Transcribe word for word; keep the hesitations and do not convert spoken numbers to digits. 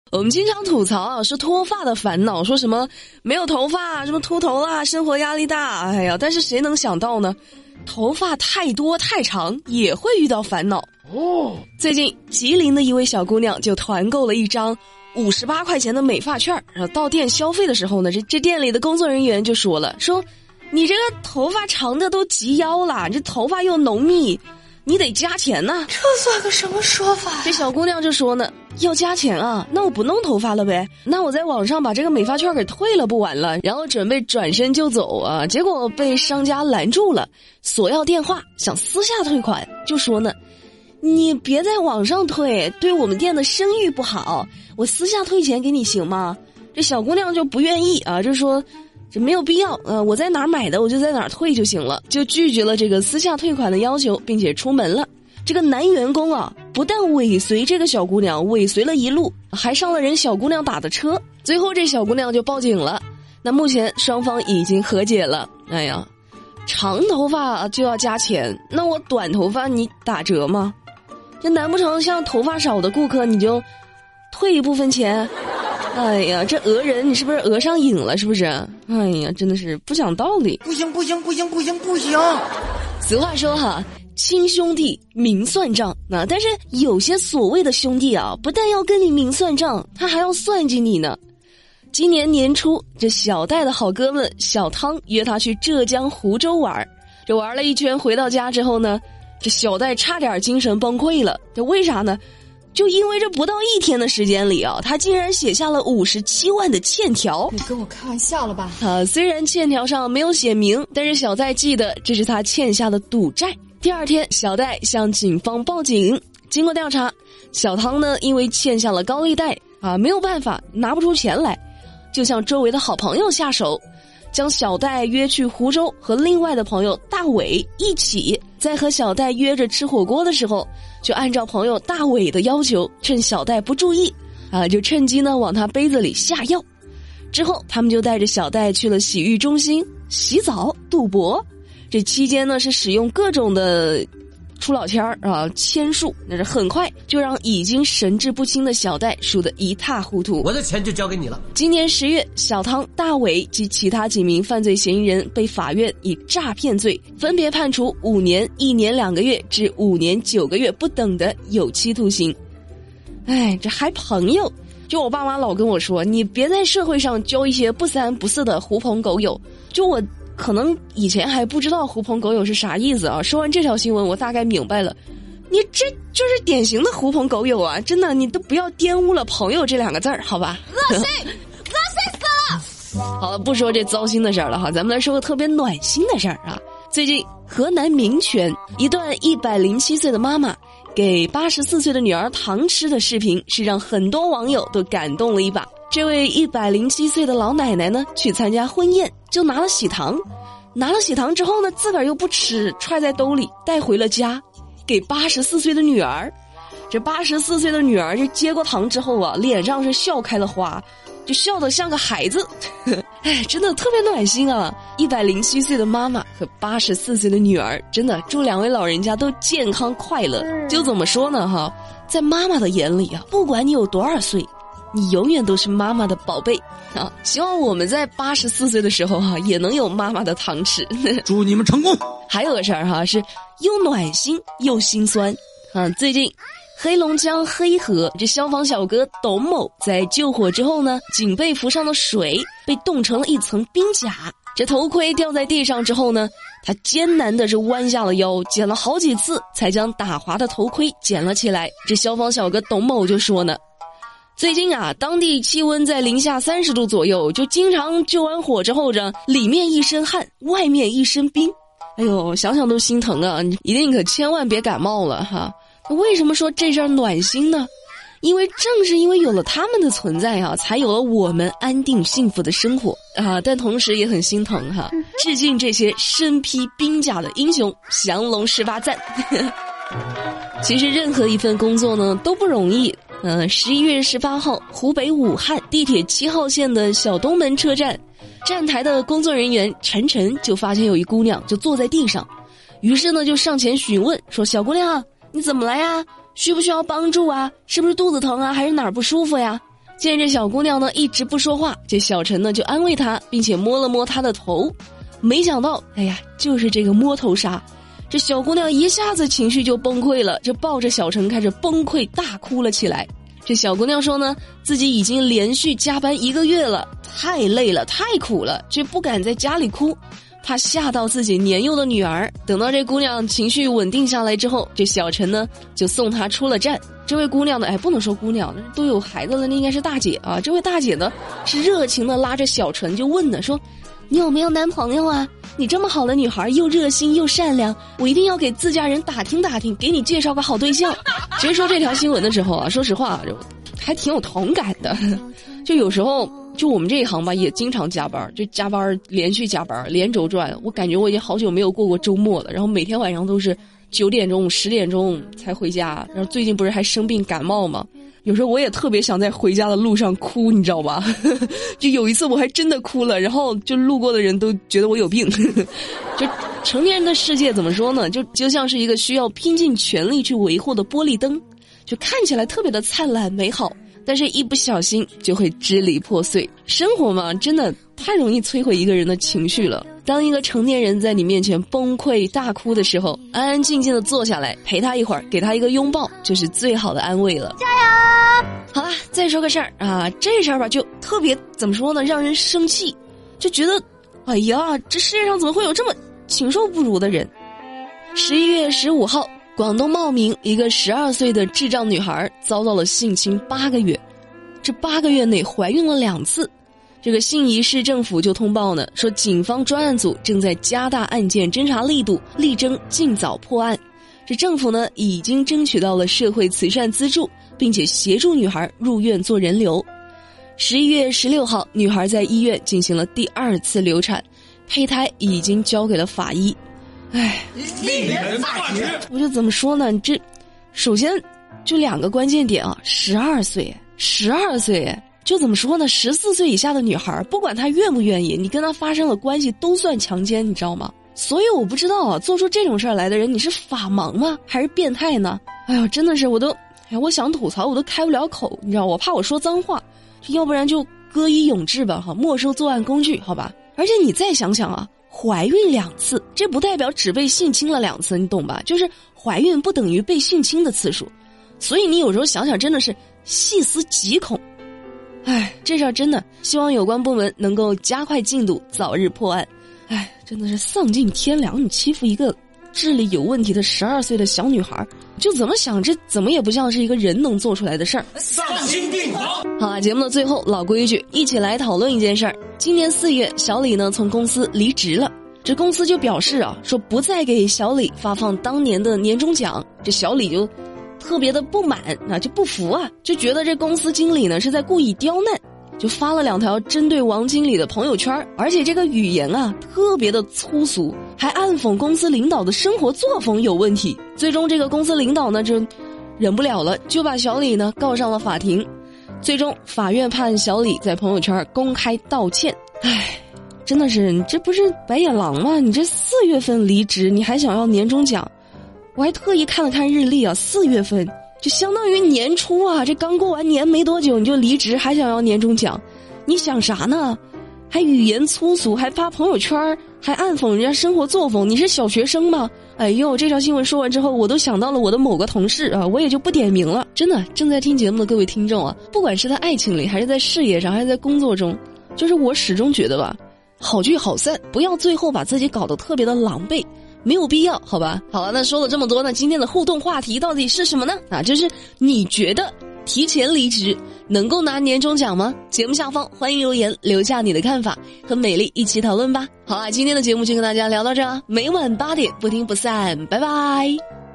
我们经常吐槽啊，是脱发的烦恼，说什么没有头发，什么秃头啦，生活压力大，哎呀，但是谁能想到呢？头发太多太长也会遇到烦恼哦。最近吉林的一位小姑娘就团购了一张五十八块钱的美发券，然后到店消费的时候呢，这这店里的工作人员就说了，说你这个头发长的都及腰了，这头发又浓密，你得加钱呢。 这算个什么说法？ 这小姑娘就说呢，要加钱啊，那我不弄头发了呗，那我在网上把这个美发券给退了不完了，然后准备转身就走啊，结果被商家拦住了，索要电话，想私下退款，就说呢，你别在网上退，对我们店的声誉不好，我私下退钱给你行吗？这小姑娘就不愿意啊，就说这没有必要，呃，我在哪儿买的我就在哪儿退就行了，就拒绝了这个私下退款的要求，并且出门了。这个男员工啊，不但尾随这个小姑娘，尾随了一路，还上了人小姑娘打的车，最后这小姑娘就报警了。那目前双方已经和解了。哎呀，长头发就要加钱，那我短头发你打折吗？这难不成像头发少的顾客你就退一部分钱？哎呀，这讹人，你是不是讹上瘾了？是不是？哎呀，真的是不讲道理。 不行不行不行不行不行！ 俗话说哈，亲兄弟明算账啊，但是有些所谓的兄弟啊，不但要跟你明算账，他还要算计你呢。今年年初，这小戴的好哥们小汤约他去浙江湖州玩，这玩了一圈回到家之后呢，这小戴差点精神崩溃了。这为啥呢？就因为这不到一天的时间里啊，他竟然写下了五十七万的欠条。 你跟我开玩笑了吧？ 啊，虽然欠条上没有写明，但是小戴记得这是他欠下的赌债。第二天，小戴向警方报警。经过调查，小汤呢因为欠下了高利贷啊，没有办法拿不出钱来，就向周围的好朋友下手，将小戴约去湖州，和另外的朋友大伟一起，在和小戴约着吃火锅的时候，就按照朋友大伟的要求，趁小戴不注意啊，就趁机呢往他杯子里下药。之后他们就带着小戴去了洗浴中心洗澡赌博，这期间呢是使用各种的出老千儿啊签术，那是很快就让已经神志不清的小戴输得一塌糊涂。 我的钱就交给你了。 今年十月，小汤、大伟及其他几名犯罪嫌疑人被法院以诈骗罪分别判处五年、一年两个月至五年九个月不等的有期徒刑。哎，这还朋友？就我爸妈老跟我说，你别在社会上交一些不三不四的狐朋狗友。就我可能以前还不知道狐朋狗友是啥意思啊，说完这条新闻我大概明白了，你这就是典型的狐朋狗友啊，真的，你都不要玷污了朋友这两个字儿，好吧？ 恶心，恶心死了！ 好了，不说这糟心的事儿了哈，咱们来说个特别暖心的事儿啊。最近河南民权一段一百零七岁的妈妈给八十四岁的女儿糖吃的视频，是让很多网友都感动了一把。这位一百零七岁的老奶奶呢，去参加婚宴就拿了喜糖，拿了喜糖之后呢，自个儿又不吃，揣在兜里带回了家，给八十四岁的女儿。这八十四岁的女儿就接过糖之后啊，脸上是笑开了花，就笑得像个孩子。哎，真的特别暖心啊！一百零七岁的妈妈和八十四岁的女儿，真的祝两位老人家都健康快乐。就怎么说呢哈，在妈妈的眼里啊，不管你有多少岁，你永远都是妈妈的宝贝啊！希望我们在八十四岁的时候哈、啊，也能有妈妈的糖吃。 祝你们成功！ 还有个事儿哈，是又暖心又心酸啊！最近黑龙江黑河这消防小哥董某在救火之后呢，颈背浮上的水被冻成了一层冰甲。这头盔掉在地上之后呢，他艰难的是弯下了腰，捡了好几次才将打滑的头盔捡了起来。这消防小哥董某就说呢，最近啊，当地气温在零下三十度左右，就经常救完火之后呢，里面一身汗，外面一身冰。哎呦，想想都心疼啊！一定可千万别感冒了哈。为什么说这事儿暖心呢？因为正是因为有了他们的存在啊，才有了我们安定幸福的生活啊。但同时也很心疼哈，致敬这些身披冰甲的英雄，降龙十八赞。其实任何一份工作呢都不容易。嗯、呃，十一月十八号，湖北武汉地铁七号线的小东门车站，站台的工作人员晨晨就发现有一姑娘就坐在地上，于是呢就上前询问说：“小姑娘，你怎么了呀？需不需要帮助啊？是不是肚子疼啊？还是哪儿不舒服呀？” 见这小姑娘呢一直不说话，这小陈呢就安慰她，并且摸了摸她的头。没想到，哎呀，就是这个摸头杀，这小姑娘一下子情绪就崩溃了，就抱着小陈开始崩溃大哭了起来。这小姑娘说呢，自己已经连续加班一个月了，太累了，太苦了，却不敢在家里哭，怕吓到自己年幼的女儿。等到这姑娘情绪稳定下来之后，这小陈呢就送她出了站。这位姑娘呢，哎，不能说姑娘，都有孩子了，那应该是大姐啊。这位大姐呢是热情的拉着小陈就问呢，说你有没有男朋友啊？你这么好的女孩，又热心又善良，我一定要给自家人打听打听，给你介绍个好对象。其实说这条新闻的时候啊，说实话就还挺有同感的。就有时候就我们这一行吧，也经常加班，就加班连续加班连轴转。我感觉我已经好久没有过过周末了，然后每天晚上都是九点钟十点钟才回家。然后最近不是还生病感冒吗？有时候我也特别想在回家的路上哭，你知道吧？就有一次我还真的哭了，然后就路过的人都觉得我有病。就成年人的世界怎么说呢？就就像是一个需要拼尽全力去维护的玻璃灯，就看起来特别的灿烂美好，但是一不小心就会支离破碎。生活嘛，真的太容易摧毁一个人的情绪了。当一个成年人在你面前崩溃大哭的时候，安安静静的坐下来陪他一会儿，给他一个拥抱，就是最好的安慰了。加油！好了，再说个事儿啊，这事儿吧就特别怎么说呢，让人生气，就觉得哎呀，这世界上怎么会有这么禽兽不如的人。十一月十五号，广东茂名一个十二岁的智障女孩遭到了性侵八个月，这八个月内怀孕了两次。这个信宜市政府就通报呢，说警方专案组正在加大案件侦查力度，力争尽早破案。这政府呢已经争取到了社会慈善资助，并且协助女孩入院做人流。十一月十六号，女孩在医院进行了第二次流产，胚胎已经交给了法医。唉，令人发指。我就怎么说呢？这首先就两个关键点啊，十二岁，十二岁。就怎么说呢？十四岁以下的女孩，不管她愿不愿意，你跟她发生了关系都算强奸，你知道吗？所以我不知道啊，做出这种事儿来的人，你是法盲吗？还是变态呢？哎呦，真的是，我都，哎，我想吐槽我都开不了口，你知道，我怕我说脏话，要不然就歌以咏志吧，哈，没收作案工具，好吧？而且你再想想啊，怀孕两次，这不代表只被性侵了两次，你懂吧？就是怀孕不等于被性侵的次数，所以你有时候想想，真的是细思极恐。唉，这事儿真的希望有关部门能够加快进度，早日破案。唉，真的是丧尽天良，你欺负一个智力有问题的十二岁的小女孩，就怎么想这怎么也不像是一个人能做出来的事儿。丧心病狂！好啊，节目的最后老规矩，一起来讨论一件事儿。今年四月，小李呢从公司离职了，这公司就表示啊，说不再给小李发放当年的年终奖。这小李就特别的不满啊，就不服啊，就觉得这公司经理呢是在故意刁难，就发了两条针对王经理的朋友圈，而且这个语言啊特别的粗俗，还暗讽公司领导的生活作风有问题。最终这个公司领导呢就忍不了了，就把小李呢告上了法庭。最终法院判小李在朋友圈公开道歉。唉，真的是，你这不是白眼狼吗？你这四月份离职，你还想要年终奖？我还特意看了看日历啊，四月份就相当于年初啊，这刚过完年没多久你就离职，还想要年终奖，你想啥呢？还语言粗俗，还发朋友圈，还暗讽人家生活作风，你是小学生吗？哎呦，这条新闻说完之后，我都想到了我的某个同事啊，我也就不点名了。真的，正在听节目的各位听众啊，不管是在爱情里，还是在事业上，还是在工作中，就是我始终觉得吧，好聚好散，不要最后把自己搞得特别的狼狈。没有必要，好吧？好了，那说了这么多呢，今天的互动话题到底是什么呢？啊，就是你觉得提前离职能够拿年终奖吗？节目下方欢迎留言，留下你的看法，和美丽一起讨论吧。好啊，今天的节目就跟大家聊到这儿啊，每晚八点不听不散，拜拜。